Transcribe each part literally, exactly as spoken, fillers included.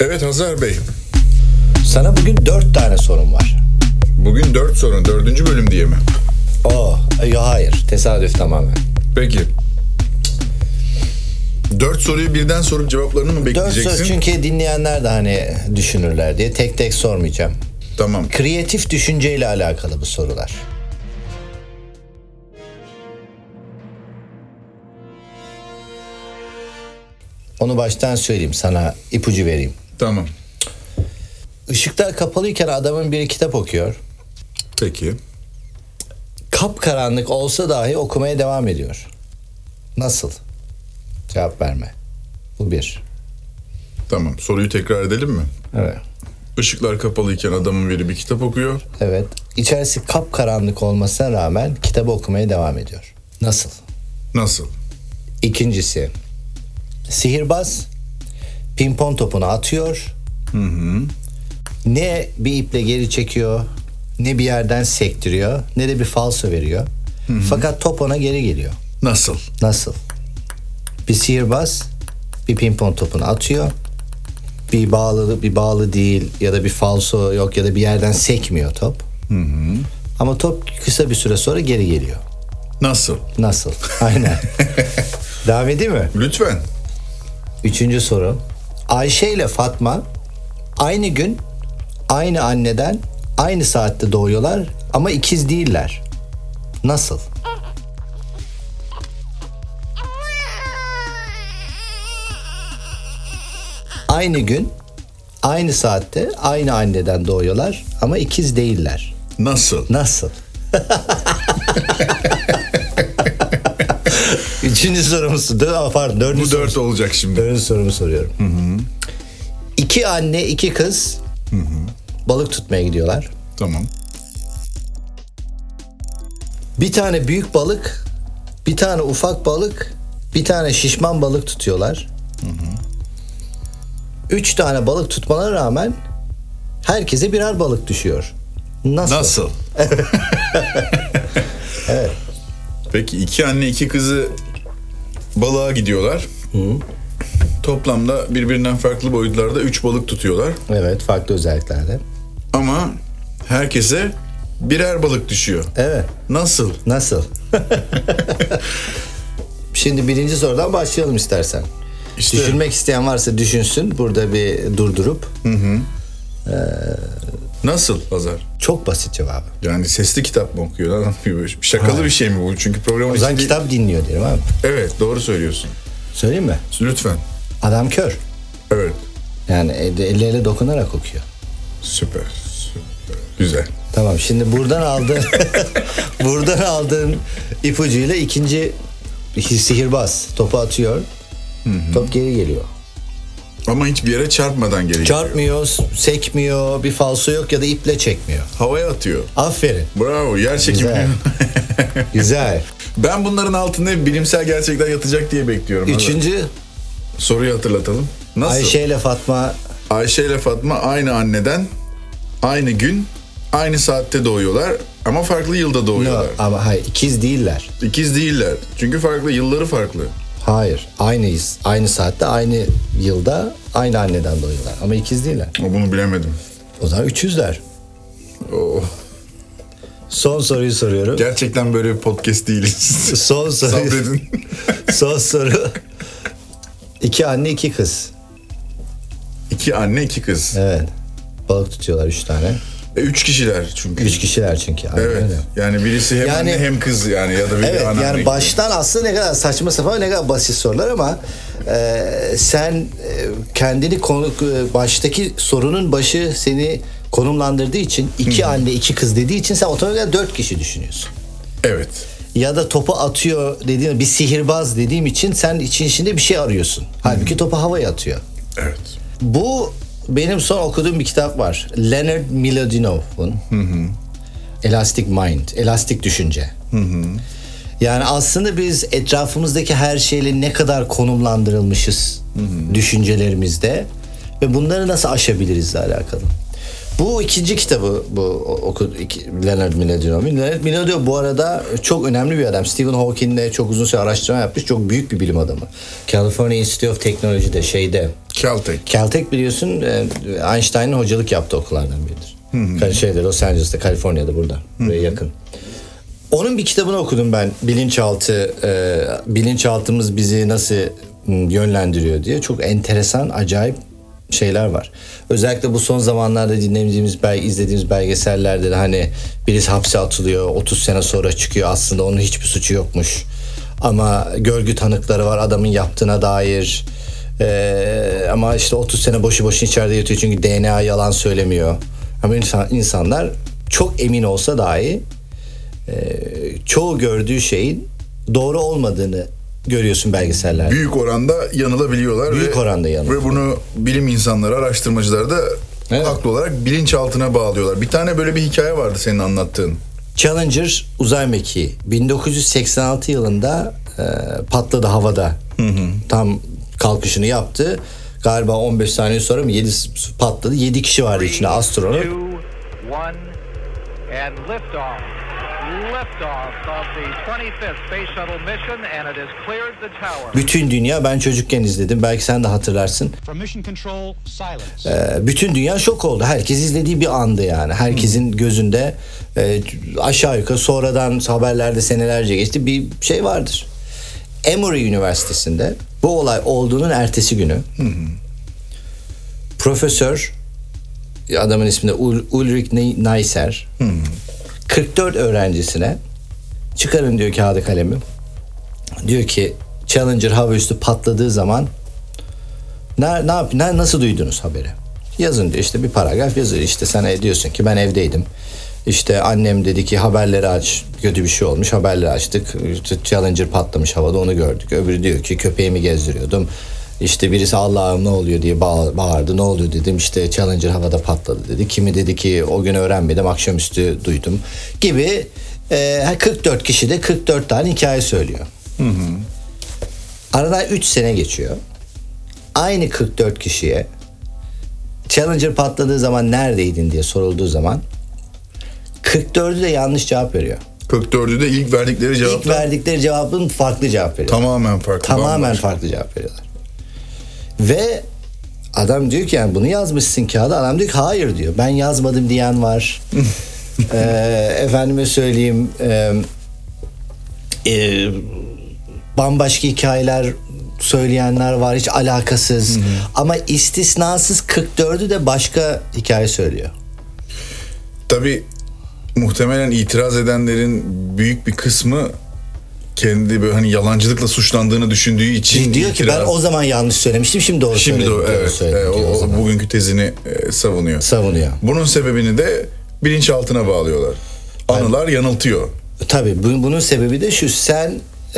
Evet Hazar Bey. Sana bugün dört tane sorum var. Bugün dört sorun, dördüncü bölüm diye mi? Oh, ya hayır. Tesadüf tamamen. Peki. Dört soruyu birden sorup cevaplarını mı Dört bekleyeceksin? soru çünkü dinleyenler de hani düşünürler diye tek tek sormayacağım. Tamam. Kreatif düşünceyle alakalı bu sorular. Onu baştan söyleyeyim, sana ipucu vereyim. Tamam. Işıklar kapalıyken adamın biri kitap okuyor. Peki. Kapkaranlık olsa dahi okumaya devam ediyor. Nasıl? Cevap verme. Bu bir. Tamam. Soruyu tekrar edelim mi? Evet. Işıklar kapalıyken adamın biri bir kitap okuyor. Evet. İçerisi kapkaranlık olmasına rağmen kitabı okumaya devam ediyor. Nasıl? Nasıl? İkincisi. Sihirbaz pimpon topunu atıyor. Hı hı. Ne bir iple geri çekiyor, ne bir yerden sektiriyor, ne de bir falso veriyor. Hı hı. Fakat top ona geri geliyor. Nasıl? Nasıl? Bir sihirbaz bir pimpon topunu atıyor. Bir bağlı bir bağlı değil ya da bir falso yok ya da bir yerden sekmiyor top. Hı hı. Ama top kısa bir süre sonra geri geliyor. Nasıl? Nasıl? Aynen. Devam edeyim mi? Lütfen. Üçüncü soru. Ayşe ile Fatma aynı gün aynı anneden aynı saatte doğuyorlar ama ikiz değiller. Nasıl? Aynı gün aynı saatte aynı anneden doğuyorlar ama ikiz değiller. Nasıl? Nasıl? Üçüncü sorumuz, pardon dördüncü Bu dört olacak şimdi. Dördüncü sorumu soruyorum. Hı hı. İki anne, iki kız Hı hı. balık tutmaya gidiyorlar. Tamam. Bir tane büyük balık, bir tane ufak balık, bir tane şişman balık tutuyorlar. Hı hı. Üç tane balık tutmalarına rağmen herkese birer balık düşüyor. Nasıl? Nasıl? Evet. Peki iki anne iki kızı balığa gidiyorlar. Hı. Toplamda birbirinden farklı boyutlarda üç balık tutuyorlar. Evet, farklı özelliklerde. Ama herkese birer balık düşüyor. Evet. Nasıl? Nasıl? Şimdi birinci sorudan başlayalım istersen. İşte. Düşünmek isteyen varsa düşünsün. Burada bir durdurup. Hı hı. Ee, Nasıl Hazar? çok basit cevabı. Yani sesli kitap mı okuyor? Lan? Şakalı Hayır. bir şey mi bu? Çünkü programın O zaman içinde... kitap dinliyor derim abi. Evet, doğru söylüyorsun. Söyleyeyim mi? Lütfen. Adam kör. Evet. Yani elleriyle dokunarak okuyor. Süper. Süper. Güzel. Tamam, şimdi buradan aldığın buradan aldığın ipucuyla ikinci sihirbaz topu atıyor. Hı hı. Top geri geliyor. Ama hiçbir yere çarpmadan geri geliyor. Çarpmıyor, sekmiyor, bir falso yok ya da iple çekmiyor. Havaya atıyor. Aferin. Bravo. Yer çekimi. Güzel. Güzel. Ben bunların altında bilimsel gerçekler yatacak diye bekliyorum. Üçüncü. Hazır. Soruyu hatırlatalım. Nasıl? Ayşe ile Fatma. Ayşe ile Fatma aynı anneden aynı gün aynı saatte doğuyorlar ama farklı yılda doğuyorlar. No, ama hayır, ikiz değiller. İkiz değiller. Çünkü farklı, yılları farklı. Hayır, aynıyız. Aynı saatte, aynı yılda, aynı anneden doğuyorlar. Ama ikiz değiller. Bunu bilemedim. O zaman üçüzler. Oh. Son soruyu soruyorum. Gerçekten böyle bir podcast değiliz. Son soru. Sabredin. Son soru. İki anne, iki kız. İki anne, iki kız. Evet. Balık tutuyorlar üç tane. E, üç kişiler çünkü. Üç kişiler çünkü. Aynen Evet. öyle. Yani birisi hem Yani- anne hem kız yani ya da bir Evet, anneanne yani gibi. baştan aslında ne kadar saçma sapan, ne kadar basit sorular ama e, sen e, kendini konu, e, baştaki sorunun başı seni konumlandırdığı için iki anne iki kız dediği için sen otomatikman dört kişi düşünüyorsun. Evet. Ya da topu atıyor dediğim bir sihirbaz dediğim için sen için içinde bir şey arıyorsun. Halbuki topu havaya atıyor. Evet. Bu benim son okuduğum bir kitap var. Leonard Mladinov'un Elastic Mind, Elastik Düşünce. Hı hı. Yani aslında biz etrafımızdaki her şeyle ne kadar konumlandırılmışız hı hı. düşüncelerimizde ve bunları nasıl aşabilirizle alakalı. Bu ikinci kitabı bu oku Leonard Mladinov'un. Leonard Mladinov'un bu arada çok önemli bir adam. Stephen Hawking'le çok uzun süre araştırma yapmış. Çok büyük bir bilim adamı. California Institute of Technology'de şeyde Caltech. Caltech biliyorsun e, Einstein'ın hocalık yaptığı okullardan biridir. Hı Şeyde, Los Angeles'ta, Kaliforniya'da burada. Buraya yakın. Onun bir kitabını okudum ben. Bilinçaltı, e, bilinçaltımız bizi nasıl yönlendiriyor diye. Çok enteresan, acayip şeyler var. Özellikle bu son zamanlarda dinlediğimiz, belge, izlediğimiz belgesellerde de hani birisi hapse atılıyor, otuz sene sonra çıkıyor, aslında onun hiçbir suçu yokmuş. Ama görgü tanıkları var adamın yaptığına dair. Ee, ama işte otuz sene boşu boşuna içeride yatıyor çünkü D N A yalan söylemiyor. Ama insan, insanlar çok emin olsa dahi e, çoğu gördüğü şeyin doğru olmadığını görüyorsun belgesellerde. Büyük oranda yanılabiliyorlar. Büyük ve, oranda yanılıyor. Ve bunu bilim insanları, araştırmacılar da evet. haklı olarak bilinçaltına bağlıyorlar. Bir tane böyle bir hikaye vardı senin anlattığın. Challenger uzay mekiği bin dokuz yüz seksen altı yılında e, patladı havada. Hı hı. Tam kalkışını yaptı. Galiba on beş saniye sonra mı yedi patladı. yedi kişi vardı içinde astronot. Two, one, and liftoff. Liftoff of the twenty-fifth Space Shuttle mission and it has cleared the tower. Bütün dünya, ben çocukken izledim. Belki sen de hatırlarsın. From mission control, silence. Ee, bütün dünya şok oldu. Herkes izlediği bir andı yani. Herkesin gözünde e, aşağı yukarı sonradan haberlerde senelerce geçti bir şey vardır. Emory Üniversitesi'nde bu olay olduğunun ertesi günü hı hı. Profesör, adamın ismi de Ul- Ulrich Neisser, hı hı. kırk dört öğrencisine çıkarın diyor kağıdı kalemi. Diyor ki Challenger hava üstü patladığı zaman ne, ne yap, ne, nasıl duydunuz haberi? Yazın diyor, işte bir paragraf yazıyor. İşte sen diyorsun ki ben evdeydim. İşte annem dedi ki haberleri aç, kötü bir şey olmuş, haberleri açtık. İşte Challenger patlamış havada, onu gördük. Öbürü diyor ki köpeğimi gezdiriyordum. İşte birisi Allah'ım ne oluyor diye bağırdı. Ne oluyor dedim, işte Challenger havada patladı dedi. Kimi dedi ki o gün öğrenmedim, akşamüstü duydum gibi. E, kırk dört kişi de kırk dört tane hikaye söylüyor. Hı hı. Aradan üç sene geçiyor. Aynı kırk dört kişiye Challenger patladığı zaman neredeydin diye sorulduğu zaman kırk dördü de yanlış cevap veriyor. kırk dördü de ilk verdikleri cevaptan İlk verdikleri cevabın farklı cevap veriyor. Tamamen farklı. Tamamen bambaşka. farklı cevap veriyorlar. Ve adam diyor ki yani bunu yazmışsın kağıda. Adam diyor ki hayır diyor. Ben yazmadım diyen var. ee, efendime söyleyeyim e, e, bambaşka hikayeler söyleyenler var. Hiç alakasız. Hı hı. Ama istisnasız kırk dördü de başka hikaye söylüyor. Tabii muhtemelen itiraz edenlerin büyük bir kısmı kendi böyle hani yalancılıkla suçlandığını düşündüğü için diyor itiraz... ki ben o zaman yanlış söylemiştim, şimdi doğru şimdi söyledim. Şimdi doğru, evet. Söyledim, E, o, o, o bugünkü tezini e, savunuyor. Savunuyor. Bunun sebebini de bilinçaltına bağlıyorlar. Anılar yani, yanıltıyor. Tabii bu, bunun sebebi de şu: sen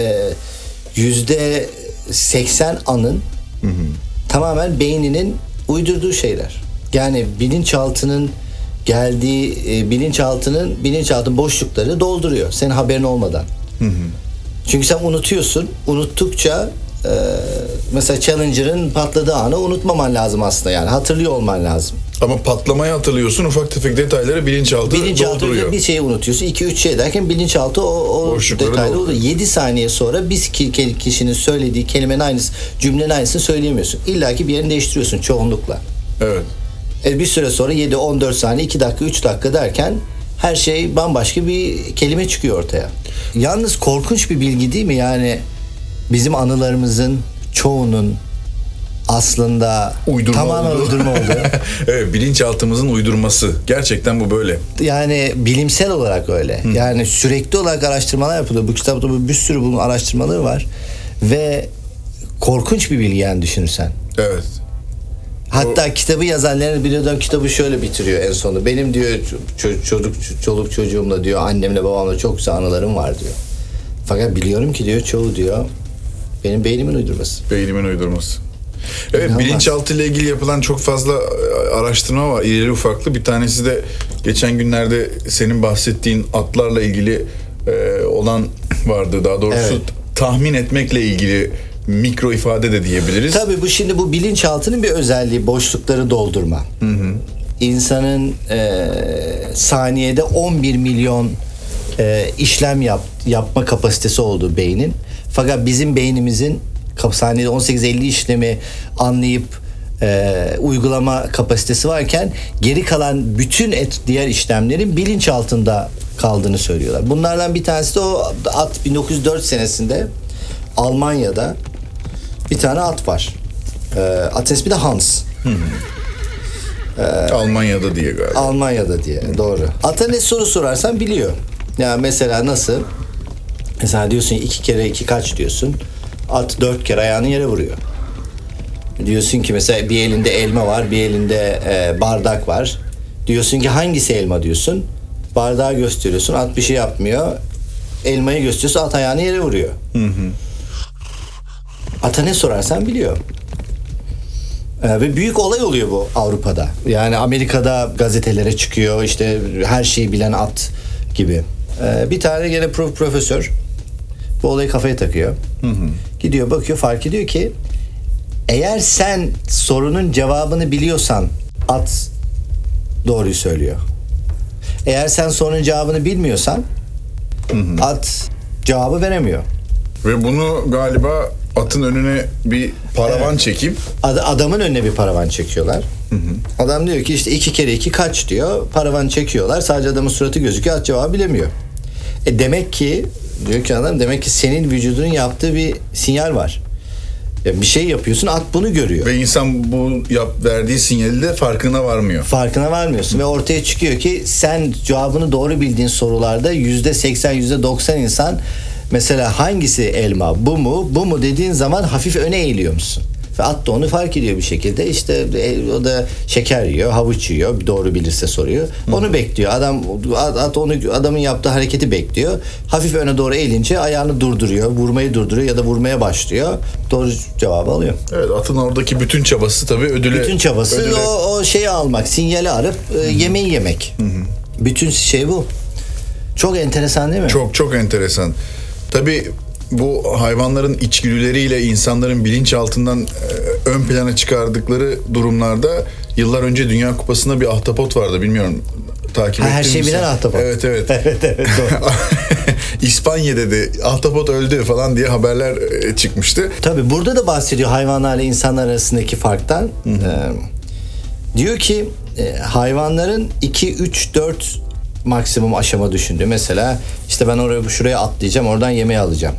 yüzde seksen anın hı hı. tamamen beyninin uydurduğu şeyler. Yani bilinçaltının geldiği e, bilinçaltının bilinçaltı boşlukları dolduruyor senin haberin olmadan. Hı hı. Çünkü sen unutuyorsun. Unuttukça e, mesela Challenger'ın patladığı anı unutmaman lazım aslında, yani hatırlıyor olman lazım. Ama patlamayı hatırlıyorsun, ufak tefek detayları bilinçaltı, bilinçaltı dolduruyor. Bir şeyi unutuyorsun, iki üç şey derken bilinçaltı o, o detaylı oluyor. yedi saniye sonra biz ki, kişinin söylediği kelimenin aynısı, cümlenin aynısını söyleyemiyorsun. İlla ki bir yerini değiştiriyorsun çoğunlukla. Evet. E bir süre sonra yedi on dört saniye, iki dakika üç dakika derken her şey bambaşka bir kelime çıkıyor ortaya. Yalnız korkunç bir bilgi değil mi? Yani bizim anılarımızın çoğunun aslında uydurma tamamen oldu. uydurma oldu. Evet, bilinçaltımızın uydurması. Gerçekten bu böyle. Yani bilimsel olarak öyle. Hı. Yani sürekli olarak araştırmalar yapılıyor. Bu kitapta bir sürü bunun araştırmaları var. Ve korkunç bir bilgi yani, düşünürsen. Evet. Hatta o... kitabı yazanların biri de kitabı şöyle bitiriyor en sonunda. Benim diyor çocuk, çocuk çoluk çocuğumla diyor, annemle babamla çok güzel anılarım var diyor. Fakat biliyorum ki diyor çoğu diyor benim beynimin uydurması. Beynimin uydurması. Evet, İnanılmaz. Bilinçaltı ile ilgili yapılan çok fazla araştırma var, irili ufaklı. Bir tanesi de geçen günlerde senin bahsettiğin atlarla ilgili e, olan vardı. Daha doğrusu evet. tahmin etmekle ilgili mikro ifade de diyebiliriz. Tabii bu şimdi bu bilinçaltının bir özelliği, boşlukları doldurma. Hı hı. İnsanın e, saniyede on bir milyon e, işlem yap, yapma kapasitesi olduğu beynin. Fakat bizim beynimizin saniyede on sekiz elli işlemi anlayıp e, uygulama kapasitesi varken geri kalan bütün et, diğer işlemlerin bilinç altında kaldığını söylüyorlar. Bunlardan bir tanesi de o at. bin dokuz yüz dört senesinde Almanya'da bir tane at var. E, atın ismi de Hans. Ee, Almanya'da diye galiba. Almanya'da diye, doğru. Ata ne soru sorarsan biliyor. Yani mesela nasıl? Mesela diyorsun iki kere iki kaç diyorsun. At dört kere ayağını yere vuruyor. Diyorsun ki mesela bir elinde elma var, bir elinde e, bardak var. Diyorsun ki hangisi elma diyorsun. Bardağı gösteriyorsun, at bir şey yapmıyor. Elmayı gösteriyorsun, at ayağını yere vuruyor. Hı hı. Ata ne sorarsan biliyor. Ee, ve büyük olay oluyor bu Avrupa'da. Yani Amerika'da gazetelere çıkıyor, işte her şeyi bilen at gibi. Ee, bir tane gene prof, profesör bu olayı kafaya takıyor. Hı hı. Gidiyor bakıyor, fark ediyor ki eğer sen sorunun cevabını biliyorsan at doğruyu söylüyor. Eğer sen sorunun cevabını bilmiyorsan hı hı. at cevabı veremiyor. Ve bunu galiba atın önüne bir paravan evet. çekip Ad- adamın önüne bir paravan çekiyorlar. Hı hı. Adam diyor ki işte iki kere iki kaç diyor. Paravan çekiyorlar. Sadece adamın suratı gözüküyor. At cevabı bilemiyor. E demek ki diyor ki adam demek ki senin vücudunun yaptığı bir sinyal var. Ya bir şey yapıyorsun, at bunu görüyor. Ve insan bu yap, verdiği sinyali de farkına varmıyor. Farkına varmıyorsun. Hı. Ve ortaya çıkıyor ki sen cevabını doğru bildiğin sorularda yüzde seksen yüzde doksan insan mesela hangisi elma, bu mu, bu mu dediğin zaman hafif öne eğiliyor musun? Ve at da onu fark ediyor bir şekilde. İşte o da şeker yiyor, havuç yiyor. Doğru bilirse soruyor. Hı. Onu bekliyor. Adam at onu adamın yaptığı hareketi bekliyor. Hafif öne doğru eğilince ayağını durduruyor, vurmayı durduruyor ya da vurmaya başlıyor. Doğru cevabı alıyor. Evet, atın oradaki bütün çabası tabii ödüle. Bütün çabası ödüle... o, o şeyi almak, sinyali arıp e, yemeği yemek. Hı hı. Bütün şey bu. Çok enteresan değil mi? Çok çok enteresan. Tabii bu hayvanların içgüdüleriyle insanların bilinçaltından e, ön plana çıkardıkları durumlarda yıllar önce Dünya Kupası'nda bir ahtapot vardı, bilmiyorum takip ettin mi? Her şeyi bilen ahtapot. Evet evet. evet evet doğru. İspanya dedi ahtapot öldü falan diye haberler e, çıkmıştı. Tabii burada da bahsediyor hayvanlarla insanlar arasındaki farktan. Ee, diyor ki e, hayvanların iki üç dört maksimum aşama düşündü. Mesela işte ben oraya şuraya atlayacağım, oradan yemeği alacağım.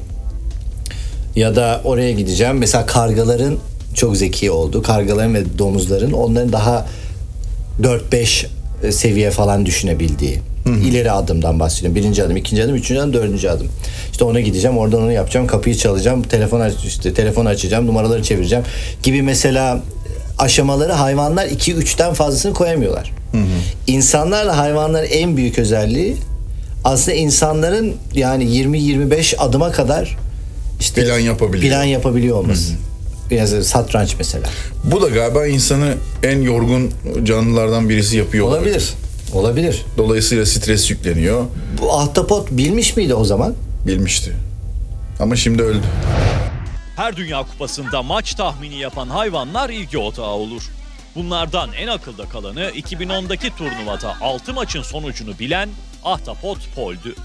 Ya da oraya gideceğim. Mesela kargaların çok zeki olduğu, kargaların ve domuzların onların daha dört beş seviye falan düşünebildiği. Hı hı. İleri adımdan bahsediyorum. Birinci adım, ikinci adım, üçüncü adım, dördüncü adım. İşte ona gideceğim, oradan onu yapacağım, kapıyı çalacağım, telefon aç, işte telefon açacağım, numaraları çevireceğim gibi mesela aşamaları hayvanlar iki üçten fazlasını koyamıyorlar. Hı hı. İnsanlarla hayvanların en büyük özelliği aslında insanların yani yirmi yirmi beş adıma kadar işte plan yapabiliyor. Plan yapabiliyor olması. Biraz satranç mesela. Bu da galiba insanı en yorgun canlılardan birisi yapıyor. Olabilir. Olabilir. Olabilir. Dolayısıyla stres yükleniyor. Bu ahtapot bilmiş miydi o zaman? Bilmişti. Ama şimdi öldü. Her Dünya Kupası'nda maç tahmini yapan hayvanlar ilgi odağı olur. Bunlardan en akılda kalanı iki bin ondaki turnuvada altı maçın sonucunu bilen Ahtapot Pol'dü.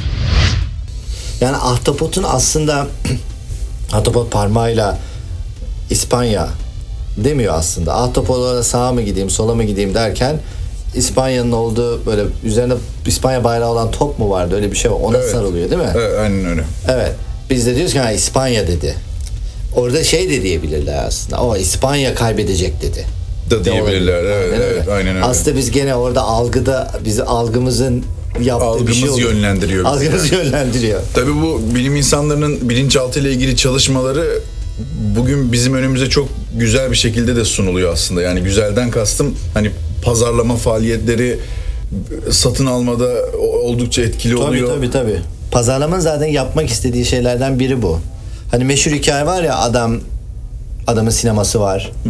Yani ahtapotun aslında ahtapot parmağıyla İspanya demiyor aslında. Ahtapot'a sağa mı gideyim, sola mı gideyim derken İspanya'nın olduğu böyle üzerinde İspanya bayrağı olan top mu vardı? Öyle bir şey var. Ona evet. sarılıyor değil mi? Evet, aynen öyle. Evet. Biz de diyoruz ki ha, İspanya dedi. Orada şey de diyebilirler aslında. O İspanya kaybedecek dedi. Da diyebilirler. De evet, aynen, evet, öyle. aynen öyle. Aslında biz gene orada algıda bizi algımızın yaptığı Algımız bir şey oluyor. yönlendiriyor. Algımız yönlendiriyor. Tabii bu bilim insanlarının bilinçaltı ile ilgili çalışmaları bugün bizim önümüze çok güzel bir şekilde de sunuluyor aslında. Yani güzelden kastım hani pazarlama faaliyetleri satın almada oldukça etkili tabii, oluyor. Tabii tabii tabii. Pazarlamanın zaten yapmak istediği şeylerden biri bu. Hani meşhur hikaye var ya adam adamın sineması var. Hı hı.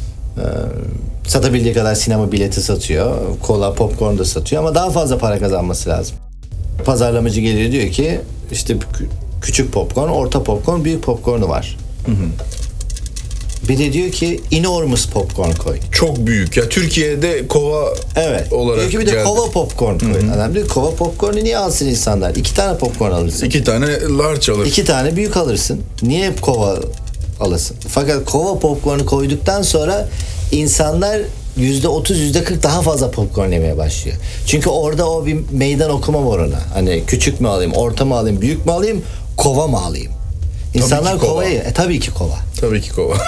Ee, satabildiği kadar sinema bileti satıyor. Kola, popcorn da satıyor ama daha fazla para kazanması lazım. Pazarlamacı geliyor diyor ki işte küçük popcorn, orta popcorn, büyük popcornu var. Hı hı. Bir de diyor ki enormous popcorn koy. Çok büyük ya. Türkiye'de kova evet. olarak diyor ki bir de geldi. kova popcorn koy. Hı-hı. Adam diyor kova popcornu niye alsın insanlar? İki tane popcorn alırsın. İki tane large alırsın. İki tane büyük alırsın. Niye kova alırsın? Fakat kova popcornu koyduktan sonra insanlar yüzde otuz yüzde kırk daha fazla popcorn yemeye başlıyor. Çünkü orada o bir meydan okuma var ona. Hani küçük mü alayım, orta mı alayım, büyük mü alayım, kova mı alayım? İnsanlar tabii kova. kovayı, e, tabii ki kova. Tabii ki kova.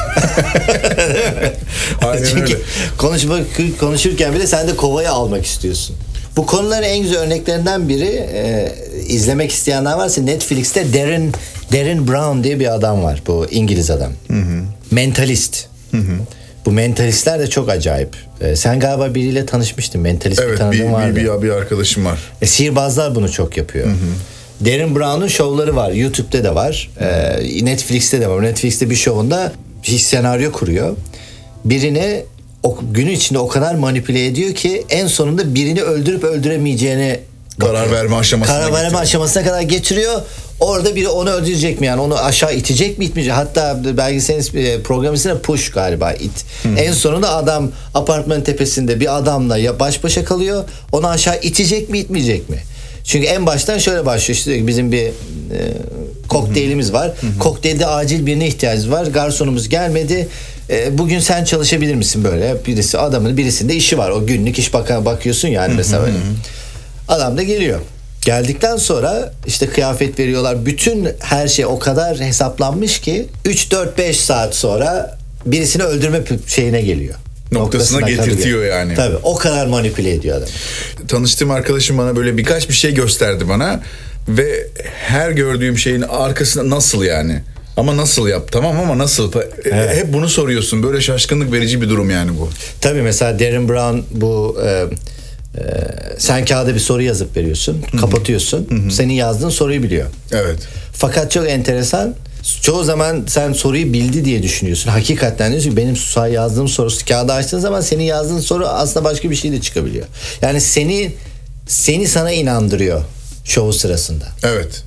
Aynen Çünkü öyle. konuşmak, konuşurken bile sen de kovayı almak istiyorsun. Bu konuların en güzel örneklerinden biri, e, izlemek isteyenler varsa Netflix'te Darren Darren Brown diye bir adam var. Bu İngiliz adam. Hı hı. Mentalist. Hı hı. Bu mentalistler de çok acayip. E, sen galiba biriyle tanışmıştın. Mentalist Evet, bir tanıdığın bir, vardı. bir, bir, bir arkadaşım var. E, sihirbazlar bunu çok yapıyor. Hı hı. Darren Brown'un şovları var. YouTube'da da var. E, Netflix'te de var. Netflix'te bir şovunda bir senaryo kuruyor. Birini o günün içinde o kadar manipüle ediyor ki en sonunda birini öldürüp öldüremeyeceğini Karar bakıyor. verme aşamasına Karar verme getiriyor. aşamasına kadar getiriyor. Orada biri onu öldürecek mi, yani onu aşağı itecek mi, itmeyecek? Hatta belgeselin programın ismi Push galiba, it. Hı. En sonunda adam apartmanın tepesinde bir adamla ya baş başa kalıyor. Onu aşağı itecek mi, itmeyecek mi? Çünkü en baştan şöyle başlıyor. İşte bizim bir e, kokteylimiz var. Hı hı. Kokteylde acil birine ihtiyacımız var. Garsonumuz gelmedi. E, bugün sen çalışabilir misin böyle? Birisi, adamın birisinde işi var. O günlük iş baka bakıyorsun yani, mesela öyle. Adam da geliyor. Geldikten sonra işte kıyafet veriyorlar. Bütün her şey o kadar hesaplanmış ki üç dört beş saat sonra birisini öldürme şeyine geliyor. Noktasına Noktasına getirtiyor kalıyor. yani. Tabii o kadar manipüle ediyor adam. Tanıştığım arkadaşım bana böyle birkaç bir şey gösterdi bana ve her gördüğüm şeyin arkasında nasıl yani? Ama nasıl yap? Tamam ama nasıl? Evet. Hep bunu soruyorsun. Böyle şaşkınlık verici bir durum yani bu. Tabii mesela Darren Brown bu e, e, sen kağıda bir soru yazıp veriyorsun, Hı-hı. kapatıyorsun. Hı-hı. Senin yazdığın soruyu biliyor. Evet. Fakat çok enteresan. Çoğu zaman sen soruyu bildi diye düşünüyorsun. Hakikaten diyorsun ki benim yazdığım sorusu, kağıda açtığın zaman senin yazdığın soru aslında başka bir şey de çıkabiliyor. Yani seni seni sana inandırıyor şovu sırasında. Evet.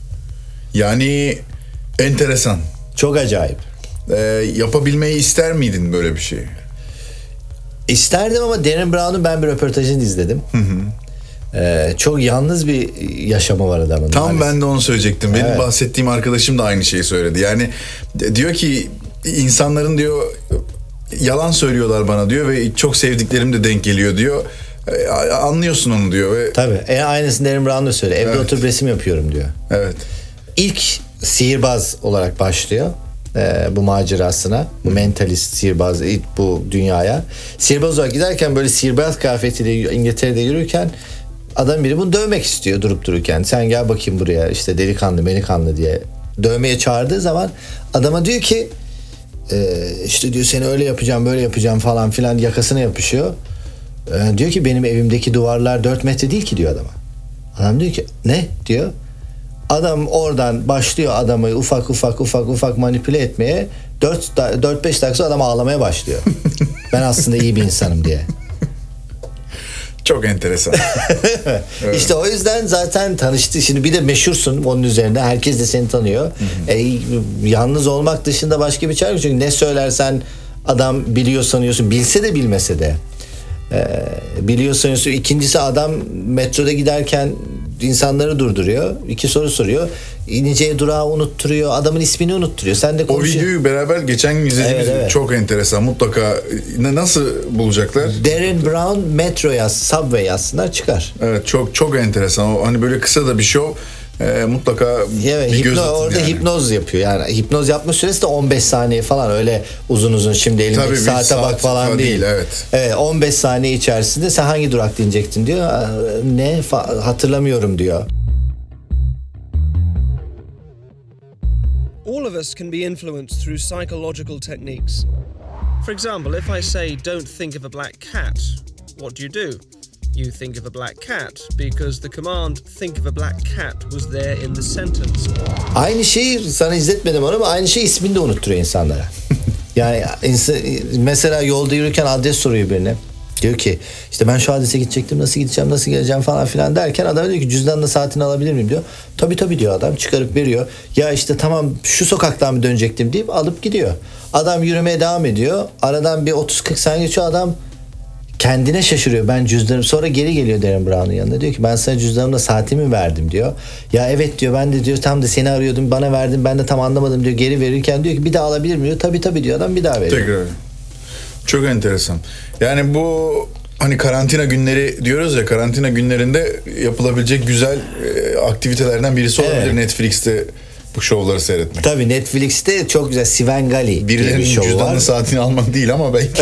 Yani enteresan. Çok acayip. Ee, yapabilmeyi ister miydin böyle bir şey? İsterdim ama Darren Brown'un ben bir röportajını izledim. Hı hı. Ee, çok yalnız bir yaşamı var adamın. Tam maalesef. Ben de onu söyleyecektim. Benim evet. bahsettiğim arkadaşım da aynı şeyi söyledi. Yani diyor ki insanların diyor yalan söylüyorlar bana diyor ve çok sevdiklerim de denk geliyor diyor. Anlıyorsun onu diyor. Ve... Tabii. E, aynısını Darren Brown da söylüyor. Evde evet. oturup resim yapıyorum diyor. Evet. İlk sihirbaz olarak başlıyor e, bu macerasına. Bu mentalist sihirbaz bu dünyaya. Sihirbaz olarak giderken böyle sihirbaz kıyafetiyle İngiltere'de yürürken adam biri bunu dövmek istiyor durup dururken. Sen gel bakayım buraya işte delikanlı melikanlı diye dövmeye çağırdığı zaman adama diyor ki e, işte diyor seni öyle yapacağım böyle yapacağım falan filan, yakasına yapışıyor. E, diyor ki benim evimdeki duvarlar dört metre değil ki diyor adama. Adam diyor ki ne diyor. Adam oradan başlıyor adamı ufak ufak ufak ufak manipüle etmeye. dört beş dakika sonra adam ağlamaya başlıyor. Ben aslında iyi bir insanım diye. Çok enteresan. Evet. İşte o yüzden zaten tanıştı. Şimdi bir de meşhursun onun üzerinde. Herkes de seni tanıyor. Hı hı. E, yalnız olmak dışında başka bir çare yok. Çünkü ne söylersen adam biliyor sanıyorsun. Bilse de bilmese de. E, biliyor sanıyorsun. İkincisi adam metroda giderken insanları durduruyor. İki soru soruyor. İneceği durağı unutturuyor. Adamın ismini unutturuyor. Sen de konuşuyor. O videoyu beraber geçen gün izlediğimiz evet, evet. çok enteresan. Mutlaka nasıl bulacaklar? Darren Brown metro yaz, subway yazsınlar çıkar. Evet, çok çok enteresan. O hani böyle kısa da bir show. E, mutlaka evet, bir hipno, göz atın orada yani. Hipnoz yapıyor. Yani hipnoz yapma süresi de on beş saniye falan, öyle uzun uzun şimdi elimdeki Tabii saate saat bak falan değil. değil. Evet. Evet, on beş saniye içerisinde sen hangi durakta inecektin diyor. Ne Fa- hatırlamıyorum diyor. All of us can be influenced through psychological techniques. For example, if I say don't think of a black cat, what do you do? You think of a black cat because the command think of a black cat was there in the sentence. Aynı şeyi sana izletmedim onu ama aynı şeyi ismini de unutturuyor insanlara. Yani mesela yolda yürürken adres soruyor birine. Diyor ki işte ben şu adrese gidecektim, nasıl gideceğim, nasıl geleceğim falan filan derken adam diyor ki cüzdanla saatini alabilir miyim diyor. Tabii tabii diyor adam, çıkarıp veriyor. Ya işte tamam şu sokaktan mı dönecektim deyip alıp gidiyor. Adam yürümeye devam ediyor. Aradan bir otuz kırk saniye geçiyor, adam kendine şaşırıyor. Ben cüzdanım, sonra geri geliyor Darren Brown'un yanına, diyor ki ben sana cüzdanımla saatimi verdim diyor. Ya evet diyor, ben de diyor tam da seni arıyordum, bana verdin, ben de tam anlamadım diyor. Geri verirken diyor ki bir daha alabilir miyim diyor. Tabii tabii diyor adam, bir daha veriyor. Tekrar. Çok enteresan. Yani bu hani karantina günleri diyoruz ya, karantina günlerinde yapılabilecek güzel e, aktivitelerden birisi olabilir Evet. Netflix'te bu şovları seyretmek. Tabii Netflix'te çok güzel Svengali diye Birilerinin bir şov var. cüzdanını saatini almak değil ama belki.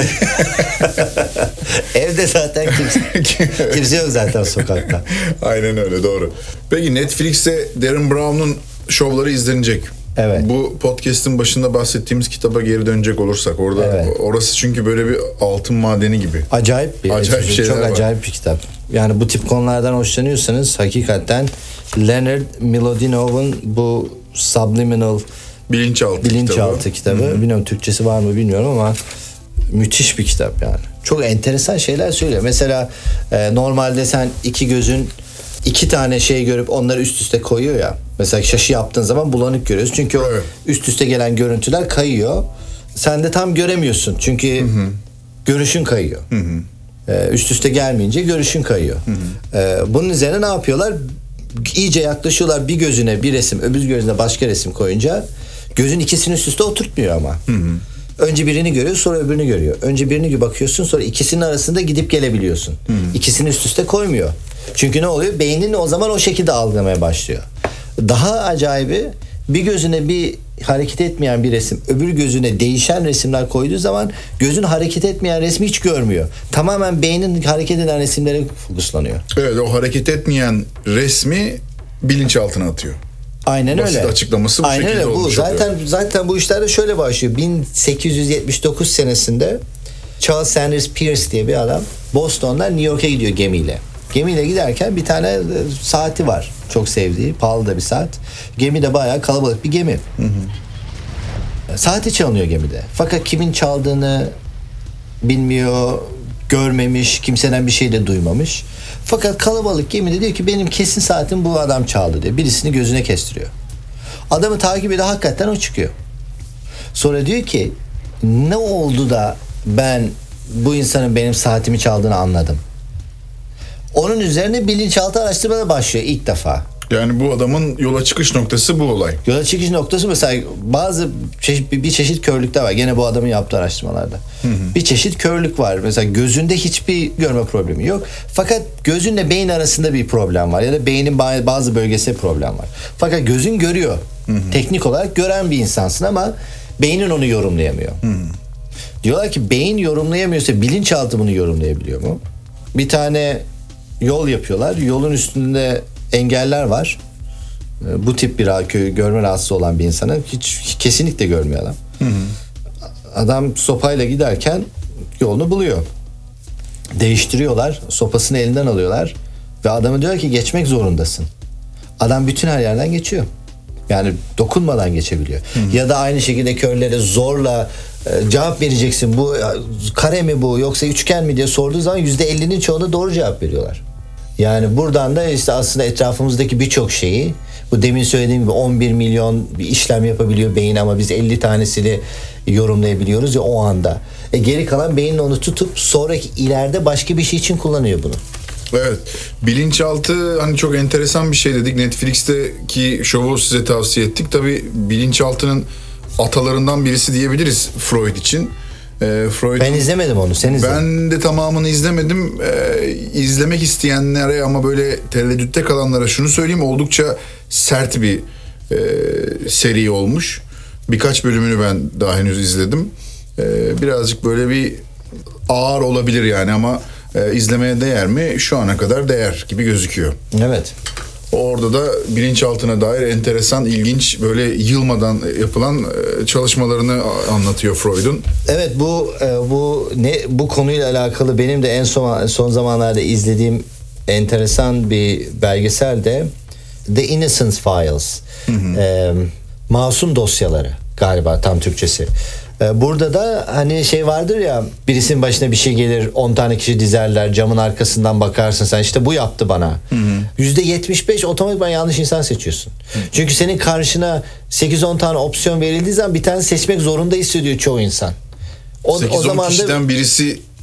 Evde zaten kimse, kimse yok zaten sokakta. Aynen öyle, doğru. Peki Netflix'te Darren Brown'un şovları izlenecek. Evet. Bu podcast'ın başında bahsettiğimiz kitaba geri dönecek olursak orada Evet. orası çünkü böyle bir altın madeni gibi. Acayip bir, Acayip şeyler çok var. acayip bir kitap. Yani bu tip konulardan hoşlanıyorsanız hakikaten Leonard Mlodinov'un bu Subliminal Bilinçaltı, Bilinçaltı kitabı. Hı-hı. Bilmiyorum Türkçesi var mı bilmiyorum ama müthiş bir kitap yani. Çok enteresan şeyler söylüyor. Mesela e, normalde sen iki gözün iki tane şey görüp onları üst üste koyuyor ya. Mesela şaşı yaptığın zaman bulanık görüyorsun. Çünkü o Evet. üst üste gelen görüntüler kayıyor. Sen de tam göremiyorsun. Çünkü Hı-hı. görüşün kayıyor. Ee, üst üste gelmeyince görüşün kayıyor. Ee, bunun üzerine ne yapıyorlar? İyice yaklaşıyorlar, bir gözüne bir resim, öbür gözüne başka resim koyunca gözün ikisini üst üste oturtmuyor ama. Önce birini görüyor, sonra öbürünü görüyor. Önce birini bakıyorsun, sonra ikisinin arasında gidip gelebiliyorsun. İkisini üst üste koymuyor. Çünkü ne oluyor? Beynin o zaman o şekilde algılamaya başlıyor. Daha acayibi, bir gözüne bir hareket etmeyen bir resim, öbür gözüne değişen resimler koyduğu zaman gözün hareket etmeyen resmi hiç görmüyor. Tamamen beynin hareket eden resimlere fokuslanıyor. Evet, o hareket etmeyen resmi bilinçaltına atıyor. Aynen Basit öyle. açıklaması bu Aynen şekilde öyle. Bu olmuş zaten oluyor. zaten bu işler de şöyle başlıyor. bin sekiz yüz yetmiş dokuz senesinde Charles Sanders Peirce diye bir adam Boston'dan New York'a gidiyor gemiyle. Gemiyle giderken bir tane e, saati var. Çok sevdiği, pahalı da bir saat. Gemi de bayağı kalabalık bir gemi. Hı hı. Saati çalınıyor gemide. Fakat kimin çaldığını bilmiyor, görmemiş, kimseden bir şey de duymamış. Fakat kalabalık gemide diyor ki benim kesin saatim bu adam çaldı diyor. Birisini gözüne kestiriyor. Adamı takip ediyor, hakikaten o çıkıyor. Sonra diyor ki ne oldu da ben bu insanın benim saatimi çaldığını anladım. Onun üzerine bilinçaltı araştırmalara başlıyor ilk defa. Yani bu adamın yola çıkış noktası bu olay. Yola çıkış noktası mesela bazı çeşit, bir çeşit körlükler var. Gene bu adamın yaptığı araştırmalarda. Hı hı. Bir çeşit körlük var. Mesela gözünde hiçbir görme problemi yok. Fakat gözünle beyin arasında bir problem var. Ya da beynin bazı bölgesinde problem var. Fakat gözün görüyor. Hı hı. Teknik olarak gören bir insansın ama beynin onu yorumlayamıyor. Hı hı. Diyorlar ki beyin yorumlayamıyorsa bilinçaltı bunu yorumlayabiliyor mu? Bir tane yol yapıyorlar. Yolun üstünde engeller var. Bu tip bir görme rahatsızlığı olan bir insanı hiç kesinlikle görmüyor adam. Hı hı. Adam sopayla giderken yolunu buluyor. Değiştiriyorlar. Sopasını elinden alıyorlar ve adamı diyor ki geçmek zorundasın. Adam bütün her yerden geçiyor. Yani dokunmadan geçebiliyor. Hı hı. Ya da aynı şekilde körlere zorla e, cevap vereceksin. Bu kare mi bu yoksa üçgen mi diye sorduğu zaman yüzde ellinin çoğunda doğru cevap veriyorlar. Yani buradan da işte aslında etrafımızdaki birçok şeyi, bu demin söylediğim gibi on bir milyon bir işlem yapabiliyor beyin ama biz elli tanesini yorumlayabiliyoruz ya o anda. E geri kalan beyin onu tutup sonraki ileride başka bir şey için kullanıyor bunu. Evet. Bilinçaltı hani çok enteresan bir şey dedik. Netflix'teki şovu size tavsiye ettik. Tabii bilinçaltının atalarından birisi diyebiliriz Freud için. Ee, Freud'un, ben izlemedim onu. Sen izledin. Ben de tamamını izlemedim. Ee, izlemek isteyenlere ama böyle tereddütte kalanlara şunu söyleyeyim. Oldukça sert bir e, seri olmuş. Birkaç bölümünü ben daha henüz izledim. Ee, birazcık böyle bir ağır olabilir yani ama e, izlemeye değer mi? Şu ana kadar değer gibi gözüküyor. Evet. Orada da bilinçaltına dair enteresan, ilginç, böyle yılmadan yapılan çalışmalarını anlatıyor Freud'un. Evet, bu bu ne bu konuyla alakalı benim de en son son zamanlarda izlediğim enteresan bir belgesel de The Innocence Files. Hı hı. E, Masum dosyaları galiba tam Türkçesi. Burada da hani şey vardır ya, birisinin başına bir şey gelir, on tane kişi dizerler, camın arkasından bakarsın sen, işte bu yaptı bana. yüzde yetmiş beş otomatikman yanlış insan seçiyorsun. Hı. Çünkü senin karşına sekiz on tane opsiyon verildiği zaman bir tane seçmek zorunda hissediyor çoğu insan. O, sekiz on o zaman kişiden da birisi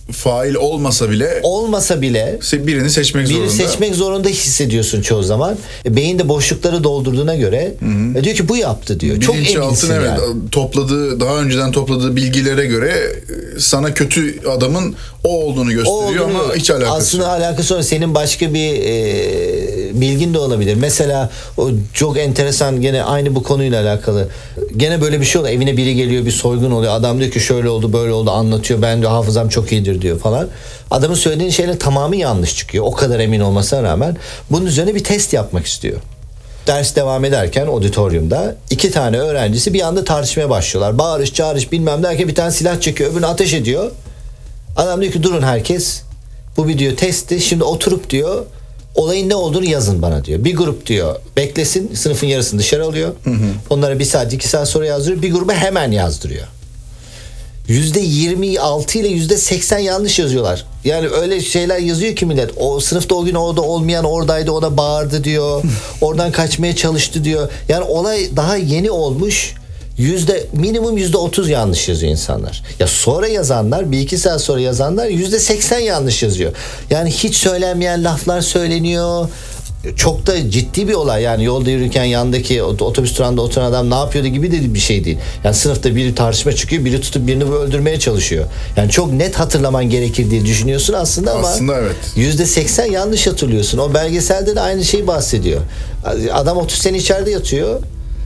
fail olmasa bile Olmasa bile birini seçmek birini zorunda. seçmek zorunda hissediyorsun çoğu zaman. E, beyin de boşlukları doldurduğuna göre e, diyor ki bu yaptı diyor. Çok eminsin Bilinçaltın evet yani. topladığı daha önceden topladığı bilgilere göre e, sana kötü adamın o olduğunu gösteriyor O olduğunu- ama hiç alakası aslında yok. alakası yok. Senin başka bir e, bilgin de olabilir. Mesela o çok enteresan, gene aynı bu konuyla alakalı. Gene böyle bir şey oluyor. Evine biri geliyor, bir soygun oluyor. Adam diyor ki şöyle oldu böyle oldu, anlatıyor. Ben de hafızam çok iyidir diyor falan. Adamın söylediğin şeyler tamamı yanlış çıkıyor. O kadar emin olmasına rağmen bunun üzerine bir test yapmak istiyor. Ders devam ederken auditoriumda iki tane öğrencisi bir anda tartışmaya başlıyorlar. Bağırış çağırış bilmem derken bir tane silah çekiyor, öbürünü ateş ediyor. Adam diyor ki durun herkes, bu bir diyor testti, şimdi oturup diyor olayın ne olduğunu yazın bana diyor. Bir grup diyor beklesin, sınıfın yarısını dışarı alıyor. Hı hı. Onlara bir saat iki saat sonra yazdırıyor. Bir gruba hemen yazdırıyor. Yüzde yirmi altı ile yüzde seksen yanlış yazıyorlar. Yani öyle şeyler yazıyor ki millet. O sınıfta o gün orada olmayan oradaydı, ona bağırdı diyor. Oradan kaçmaya çalıştı diyor. Yani olay daha yeni olmuş. Yüzde minimum yüzde otuz yanlış yazıyor insanlar. Ya sonra yazanlar, bir iki saat sonra yazanlar yüzde seksen yanlış yazıyor. Yani hiç söylenmeyen laflar söyleniyor. Çok da ciddi bir olay yani, yolda yürürken yandaki otobüs durağında oturan adam ne yapıyordu gibi de bir şey değil. Yani sınıfta biri tartışma çıkıyor, biri tutup birini öldürmeye çalışıyor. Yani çok net hatırlaman gerekir diye düşünüyorsun aslında ama Aslında evet. yüzde seksen yanlış hatırlıyorsun. O belgeselde de aynı şeyi bahsediyor. Adam otuz sene içeride yatıyor.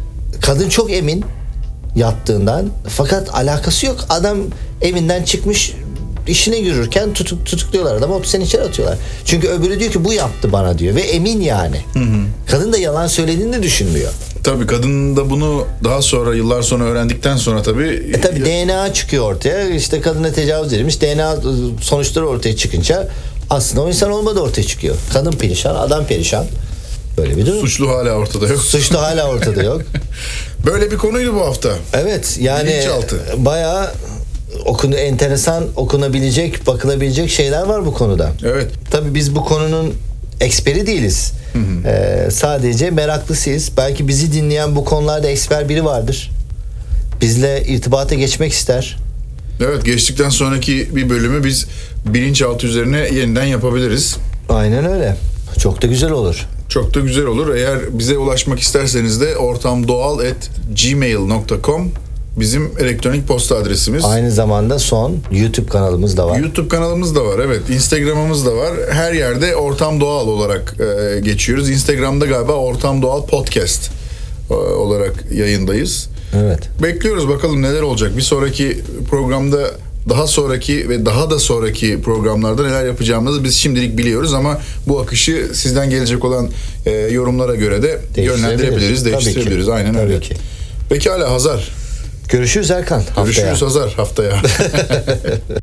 Kadın çok emin yattığından, fakat alakası yok. Adam evinden çıkmış, işine yürürken tutuk, tutukluyorlar adamı, otuz sene içeri atıyorlar. Çünkü öbürü diyor ki bu yaptı bana diyor ve emin yani. Hı hı. Kadın da yalan söylediğini de düşünmüyor. Tabii kadın da bunu daha sonra, yıllar sonra öğrendikten sonra tabii. E tabii D N A çıkıyor ortaya. İşte kadına tecavüz edilmiş. D N A sonuçları ortaya çıkınca aslında o insan olmadığı ortaya çıkıyor. Kadın perişan, adam perişan. Böyle bir durum. Suçlu hala ortada yok. Suçlu hala ortada yok. Böyle bir konuydu bu hafta. Evet yani Bilinçaltı. bayağı okunu enteresan, okunabilecek, bakılabilecek şeyler var bu konuda. Evet. Tabii biz bu konunun eksperi değiliz. Hı hı. Ee, sadece meraklısıyız. Belki bizi dinleyen bu konularda eksper biri vardır. Bizle irtibata geçmek ister. Evet, geçtikten sonraki bir bölümü biz bilinçaltı üzerine yeniden yapabiliriz. Aynen öyle. Çok da güzel olur. Çok da güzel olur. Eğer bize ulaşmak isterseniz de ortamdoğal at gmail nokta com bizim elektronik posta adresimiz. Aynı zamanda son YouTube kanalımız da var. YouTube kanalımız da var, evet. Instagram'ımız da var. Her yerde Ortam Doğal olarak e, geçiyoruz. Instagram'da galiba Ortam Doğal Podcast e, olarak yayındayız. Evet. Bekliyoruz bakalım neler olacak. Bir sonraki programda, daha sonraki ve daha da sonraki programlarda neler yapacağımızı biz şimdilik biliyoruz ama bu akışı sizden gelecek olan e, yorumlara göre de yönlendirebiliriz, değiştirebiliriz. Tabii ki. Aynen Tabii öyle. ki. Pekala Hazar. Görüşürüz Erkan. Haftaya. Görüşürüz Hazar haftaya.